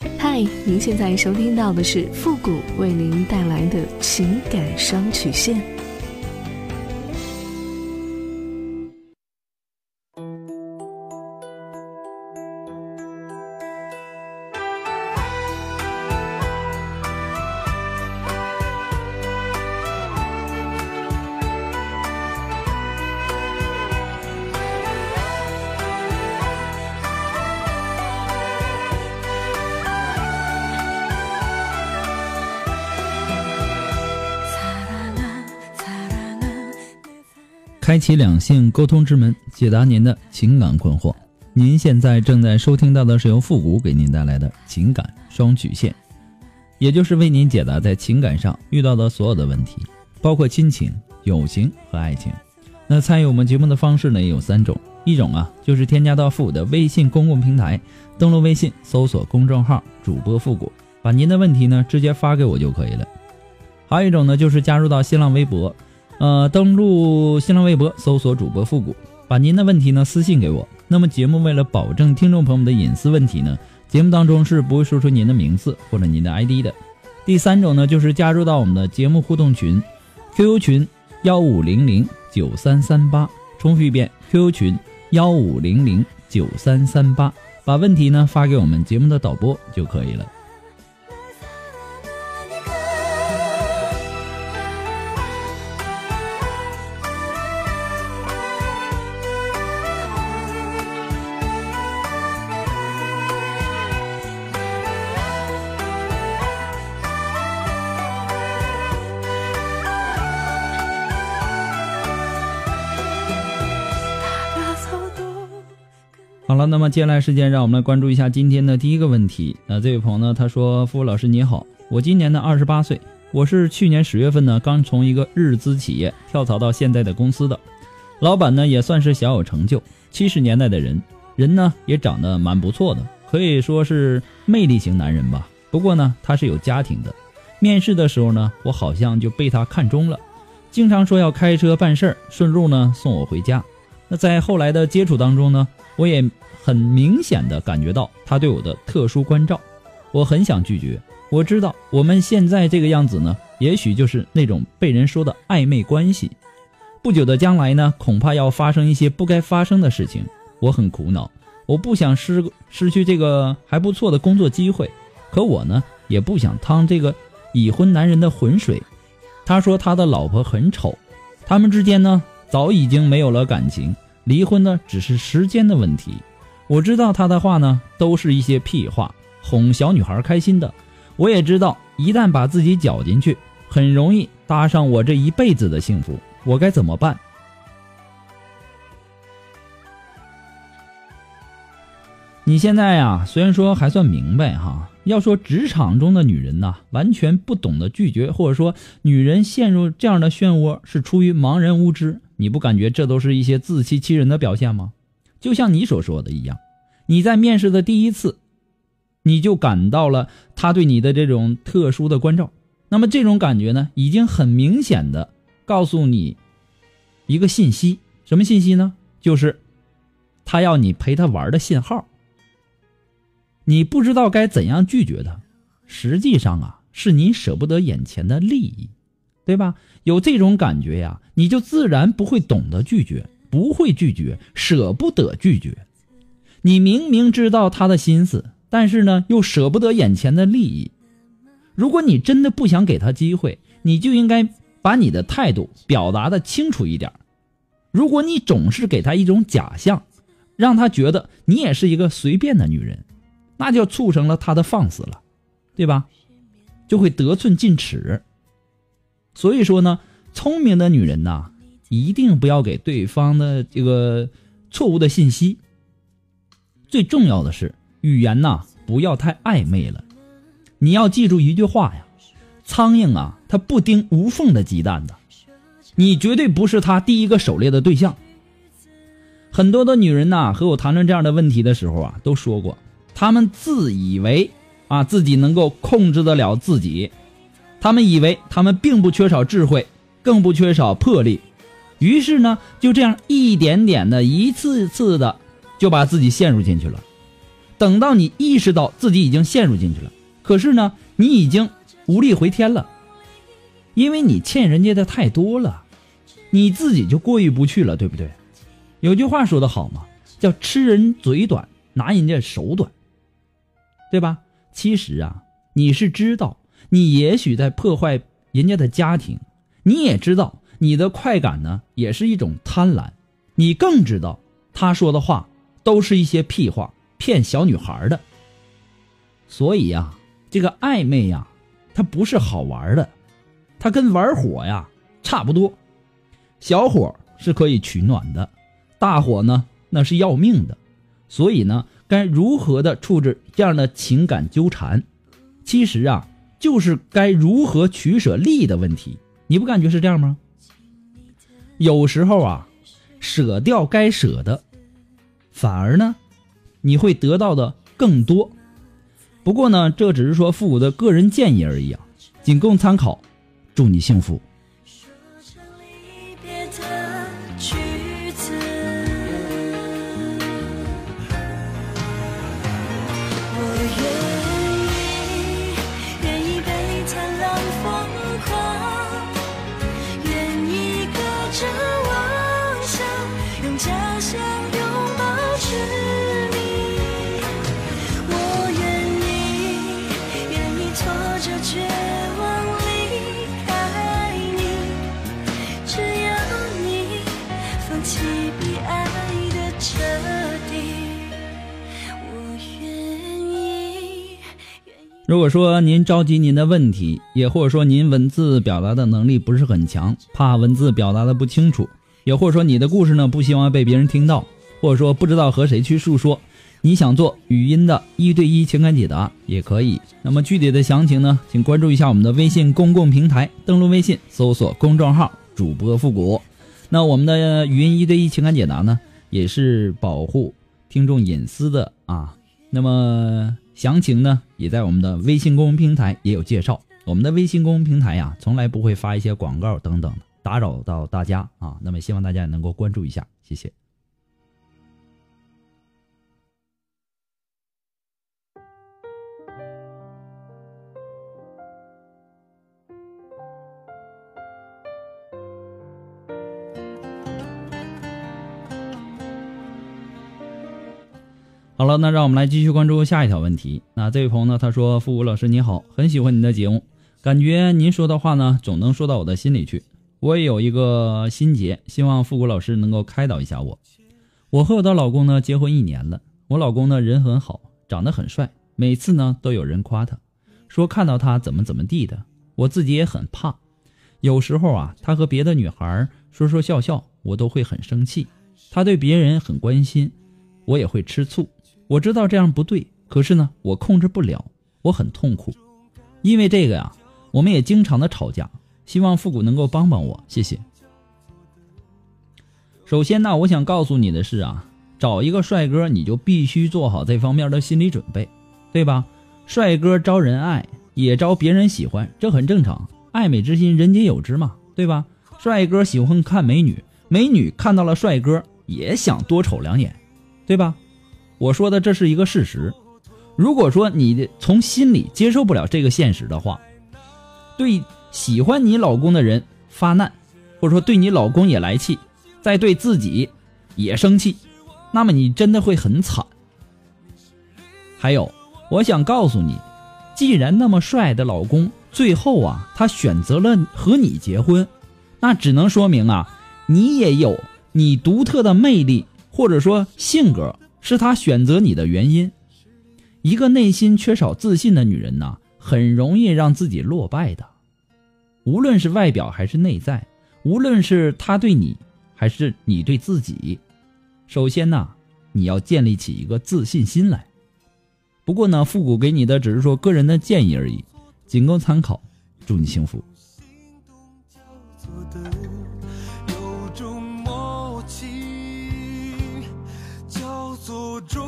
嗨，您现在收听到的是复古为您带来的情感双曲线。 开启两性沟通之门，解答您的情感困惑。您现在正在收听到的是由复古给您带来的情感双曲线，也就是为您解答在情感上遇到的所有的问题，包括亲情、友情和爱情。那参与我们节目的方式呢也有3种，一种就是添加到复古的微信公共平台，登录微信搜索公众号主播复古，把您的问题呢直接发给我就可以了。还有一种呢就是加入到新浪微博，登录新浪微博搜索主播复古，把您的问题呢私信给我。那么节目为了保证听众朋友们的隐私问题呢，节目当中是不会说出您的名字或者您的 ID 的。第3种呢就是加入到我们的节目互动群 QQ 群15009338，重复一遍 QQ 群15009338，把问题呢发给我们节目的导播就可以了。好了，那么接下来时间让我们来关注一下今天的第一个问题。这位朋友呢他说，复古老师你好，我今年呢28岁，我是去年10月份呢刚从一个日资企业跳槽到现在的公司的，老板呢也算是小有成就，70年代的人呢也长得蛮不错的，可以说是魅力型男人吧。不过呢他是有家庭的，面试的时候呢我好像就被他看中了，经常说要开车办事儿，顺路呢送我回家。那在后来的接触当中呢，我也很明显的感觉到他对我的特殊关照，我很想拒绝。我知道我们现在这个样子呢，也许就是那种被人说的暧昧关系，不久的将来呢恐怕要发生一些不该发生的事情。我很苦恼，我不想失去这个还不错的工作机会，可我呢也不想趟这个已婚男人的浑水。他说他的老婆很丑，他们之间呢早已经没有了感情，离婚呢只是时间的问题。我知道他的话呢都是一些屁话，哄小女孩开心的。我也知道一旦把自己搅进去，很容易搭上我这一辈子的幸福，我该怎么办？你现在虽然说还算明白要说职场中的女人完全不懂得拒绝，或者说女人陷入这样的漩涡是出于茫然无知，你不感觉这都是一些自欺欺人的表现吗？就像你所说的一样，你在面试的第一次你就感到了他对你的这种特殊的关照，那么这种感觉呢已经很明显的告诉你一个信息，什么信息呢？就是他要你陪他玩的信号。你不知道该怎样拒绝他，实际上是你舍不得眼前的利益，对吧？有这种感觉你就自然不会懂得拒绝，不会拒绝，舍不得拒绝。你明明知道他的心思，但是呢又舍不得眼前的利益。如果你真的不想给他机会，你就应该把你的态度表达的清楚一点。如果你总是给他一种假象，让他觉得你也是一个随便的女人，那就促成了他的放肆了，对吧？就会得寸进尺。所以说呢，聪明的女人一定不要给对方的这个错误的信息。最重要的是语言不要太暧昧了。你要记住一句话苍蝇它不叮无缝的鸡蛋的，你绝对不是他第一个狩猎的对象。很多的女人和我谈论这样的问题的时候都说过，她们自以为自己能够控制得了自己，她们以为她们并不缺少智慧，更不缺少魄力，于是呢就这样一点点的一次次的就把自己陷入进去了。 等到你意识到自己已经陷入进去了，可是呢，你已经无力回天了，因为你欠人家的太多了，你自己就过意不去了，对不对？有句话说得好嘛，叫吃人嘴短，拿人家手短，对吧？其实啊，你是知道你也许在破坏人家的家庭，你也知道你的快感呢也是一种贪婪，你更知道他说的话都是一些屁话，骗小女孩的。所以啊，这个暧昧呀，它不是好玩的，它跟玩火呀差不多。小火是可以取暖的，大火呢那是要命的。所以呢，该如何的处置这样的情感纠缠，其实啊就是该如何取舍利的问题。你不感觉是这样吗？有时候啊，舍掉该舍的，反而呢你会得到的更多。不过呢，这只是说复古的个人建议而已啊，仅供参考。祝你幸福。如果说您着急您的问题，也或者说您文字表达的能力不是很强，怕文字表达的不清楚，也或者说你的故事呢不希望被别人听到，或者说不知道和谁去诉说，你想做语音的1对1情感解答也可以。那么具体的详情呢，请关注一下我们的微信公共平台，登录微信搜索公众号主播复古。那我们的语音1对1情感解答呢，也是保护听众隐私的啊。那么详情呢也在我们的微信公众平台也有介绍。我们的微信公众平台呀，从来不会发一些广告等等打扰到大家啊。那么希望大家能够关注一下，谢谢。好了，那让我们来继续关注下一条问题。那这位朋友呢，他说：复古老师你好，很喜欢您的节目，感觉您说的话呢总能说到我的心里去。我也有一个心结，希望复古老师能够开导一下我。我和我的老公呢结婚1年了，我老公呢人很好，长得很帅，每次呢都有人夸他，说看到他怎么地的。我自己也很怕，有时候啊他和别的女孩说笑，我都会很生气。他对别人很关心，我也会吃醋。我知道这样不对，可是呢我控制不了，我很痛苦。因为这个呀，我们也经常的吵架，希望复古能够帮帮我，谢谢。首先呢，我想告诉你的是啊，找一个帅哥你就必须做好这方面的心理准备，对吧？帅哥招人爱，也招别人喜欢，这很正常，爱美之心人皆有之嘛，对吧？帅哥喜欢看美女，美女看到了帅哥也想多瞅2眼，对吧？我说的这是一个事实。如果说你从心里接受不了这个现实的话，对喜欢你老公的人发难，或者说对你老公也来气，再对自己也生气，那么你真的会很惨。还有，我想告诉你，既然那么帅的老公最后啊他选择了和你结婚，那只能说明啊你也有你独特的魅力，或者说性格是他选择你的原因。一个内心缺少自信的女人呢，很容易让自己落败的。无论是外表还是内在，无论是他对你还是你对自己，首先呢，你要建立起一个自信心来。不过呢，复古给你的只是说个人的建议而已，仅供参考。祝你幸福。 有种默契叫做忠，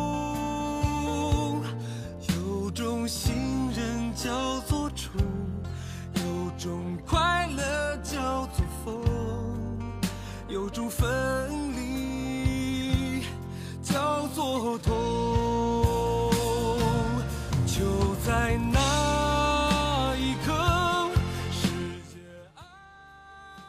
有种信任叫做宠，有种快乐叫做疯，有种分离叫做痛。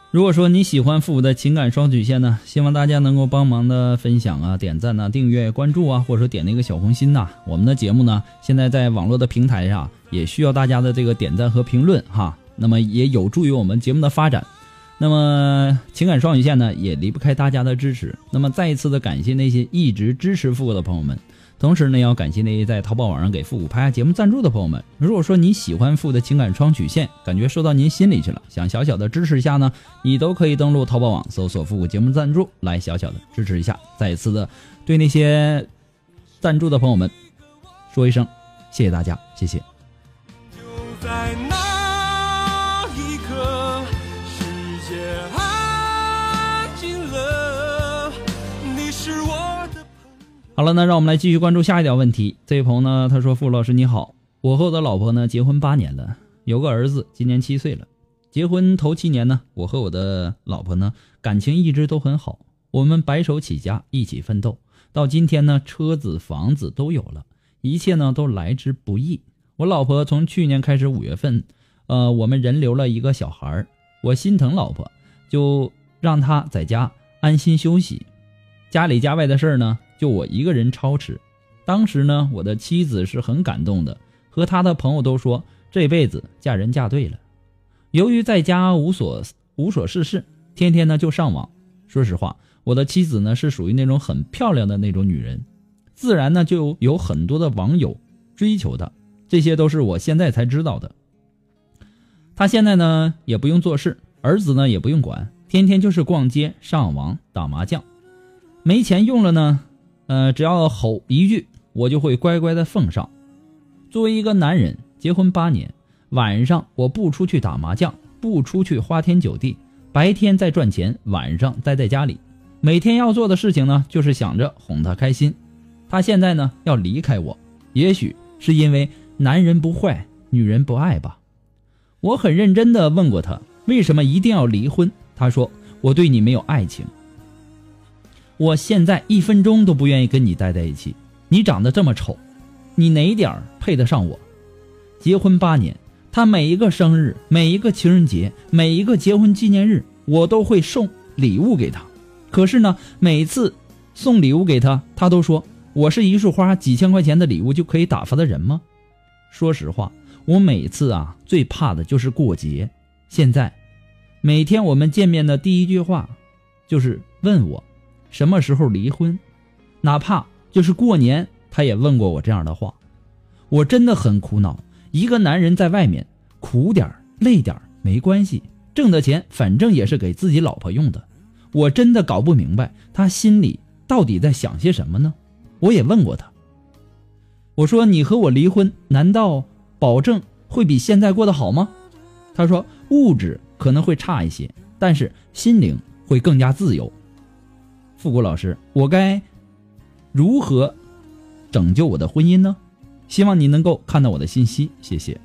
如果说你喜欢复古的情感双曲线呢，希望大家能够帮忙的分享啊、点赞啊、订阅、关注啊，或者说点那个小红心呐。我们的节目呢，现在在网络的平台上也需要大家的这个点赞和评论哈，那么也有助于我们节目的发展。那么情感双曲线呢，也离不开大家的支持。那么再一次的感谢那些一直支持复古的朋友们。同时呢，要感谢那些在淘宝网上给复古拍节目赞助的朋友们。如果说你喜欢复古的情感双曲线，感觉说到您心里去了，想小小的支持一下呢，你都可以登录淘宝网搜索复古节目赞助来小小的支持一下。再一次的对那些赞助的朋友们说一声谢谢大家，谢谢。 就在那一刻，世界安静了，你是我的。 好了，那让我们来继续关注下一条问题。这位朋友呢，他说：傅老师你好，我和我的老婆呢结婚8年了，有个儿子，今年7岁了。结婚头7年呢，我和我的老婆呢感情一直都很好，我们白手起家，一起奋斗，到今天呢，车子房子都有了，一切呢都来之不易。我老婆从去年开始5月份，我们人留了一个小孩，我心疼老婆，就让她在家安心休息，家里家外的事儿呢就我一个人操持。当时呢，我的妻子是很感动的，和她的朋友都说这辈子嫁人嫁对了。由于在家无所事事，天天呢就上网。说实话，我的妻子呢是属于那种很漂亮的那种女人，自然呢就有很多的网友追求她，这些都是我现在才知道的。她现在呢也不用做事，儿子呢也不用管，天天就是逛街、上网、打麻将。没钱用了呢，只要吼一句，我就会乖乖的奉上。作为一个男人，结婚8年，晚上我不出去打麻将，不出去花天酒地，白天在赚钱，晚上待在家里。每天要做的事情呢，就是想着哄她开心。她现在呢要离开我，也许是因为男人不坏，女人不爱吧。我很认真的问过她，为什么一定要离婚？她说，我对你没有爱情。我现在1分钟都不愿意跟你待在一起，你长得这么丑，你哪一点配得上我？结婚8年，他每一个生日，每一个情人节，每一个结婚纪念日，我都会送礼物给他。可是呢，每次送礼物给他，他都说我是一束花几千块钱的礼物就可以打发的人吗？说实话，我每次最怕的就是过节。现在每天我们见面的第一句话就是问我什么时候离婚，哪怕就是过年，他也问过我这样的话。我真的很苦恼，一个男人在外面苦点累点没关系，挣的钱反正也是给自己老婆用的。我真的搞不明白他心里到底在想些什么呢？我也问过他，我说你和我离婚，难道保证会比现在过得好吗？他说物质可能会差一些，但是心灵会更加自由。复古老师，我该如何拯救我的婚姻呢？希望你能够看到我的信息，谢谢。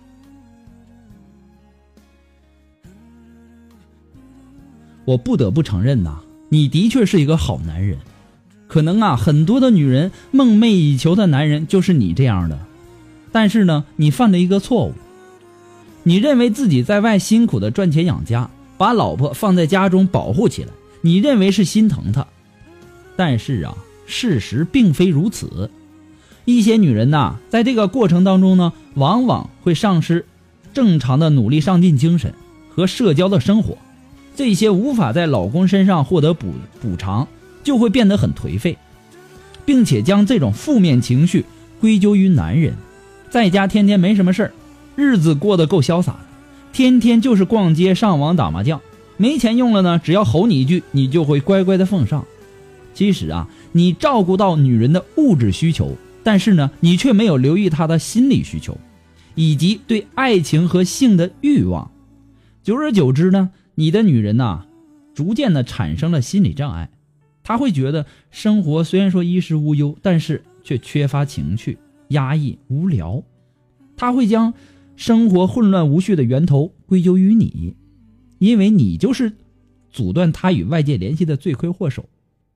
我不得不承认你的确是一个好男人，可能很多的女人梦寐以求的男人就是你这样的。但是呢，你犯了一个错误，你认为自己在外辛苦的赚钱养家，把老婆放在家中保护起来，你认为是心疼她。但是事实并非如此。一些女人在这个过程当中呢，往往会丧失正常的努力上进精神和社交的生活，这些无法在老公身上获得补偿，就会变得很颓废，并且将这种负面情绪归咎于男人。在家天天没什么事儿，日子过得够潇洒的，天天就是逛街、上网、打麻将，没钱用了呢，只要吼你一句，你就会乖乖的奉上。其实你照顾到女人的物质需求，但是呢，你却没有留意她的心理需求，以及对爱情和性的欲望。久而久之呢，你的女人逐渐的产生了心理障碍。她会觉得生活虽然说衣食无忧，但是却缺乏情趣，压抑无聊。她会将生活混乱无序的源头归咎于你，因为你就是阻断她与外界联系的罪魁祸首。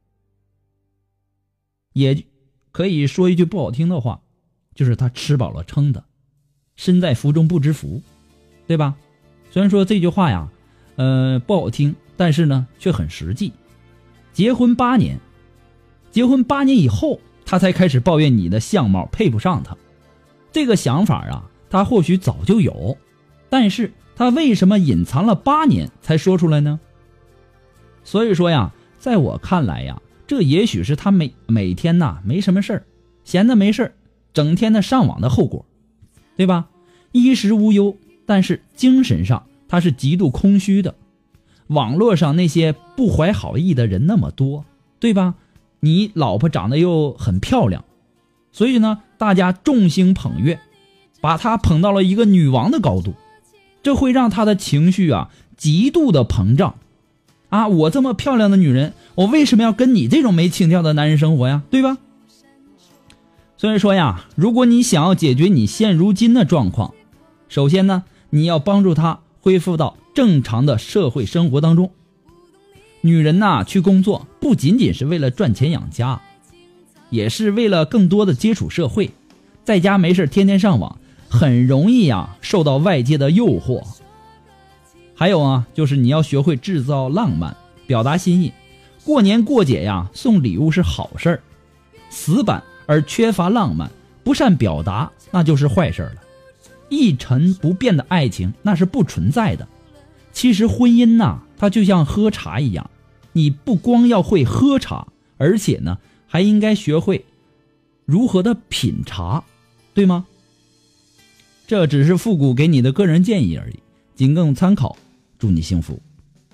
也可以说一句不好听的话，就是她吃饱了撑的，身在福中不知福，对吧？虽然说这句话不好听，但是呢却很实际。结婚8年以后，他才开始抱怨你的相貌配不上他。这个想法啊，他或许早就有，但是他为什么隐藏了8年才说出来呢？所以说呀，在我看来呀，这也许是他每天呐没什么事儿，闲的没事儿，整天的上网的后果，对吧？衣食无忧，但是精神上他是极度空虚的。网络上那些不怀好意的人那么多，对吧？你老婆长得又很漂亮，所以呢，大家众星捧月，把她捧到了一个女王的高度，这会让她的情绪啊极度的膨胀啊！我这么漂亮的女人，我为什么要跟你这种没情调的男人生活呀？对吧？所以说呀，如果你想要解决你现如今的状况，首先呢，你要帮助她恢复到正常的社会生活当中。女人呐，去工作不仅仅是为了赚钱养家，也是为了更多的接触社会。在家没事天天上网，很容易啊受到外界的诱惑。还有啊，就是你要学会制造浪漫，表达心意。过年过节呀，送礼物是好事儿，死板而缺乏浪漫，不善表达，那就是坏事了。一成不变的爱情那是不存在的。其实婚姻呐，它就像喝茶一样，你不光要会喝茶，而且呢还应该学会如何的品茶，对吗？这只是复古给你的个人建议而已，仅供参考，祝你幸福。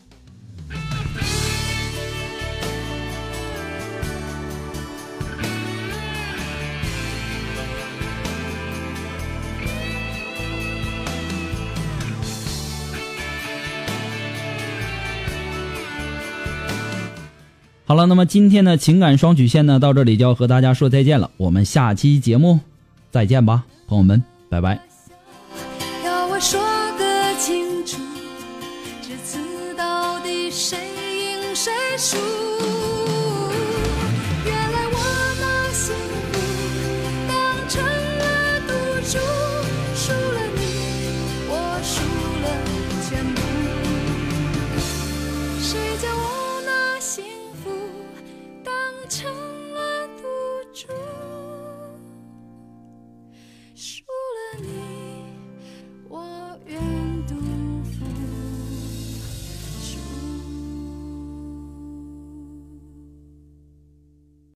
好了，那么今天的情感双曲线呢，到这里就要和大家说再见了，我们下期节目再见吧，朋友们，拜拜。 要我说个清楚，这次到底谁赢谁输？原来我那幸福当成了赌注，输了你，我输了全部。谁叫我那幸福当成了赌注，输了你。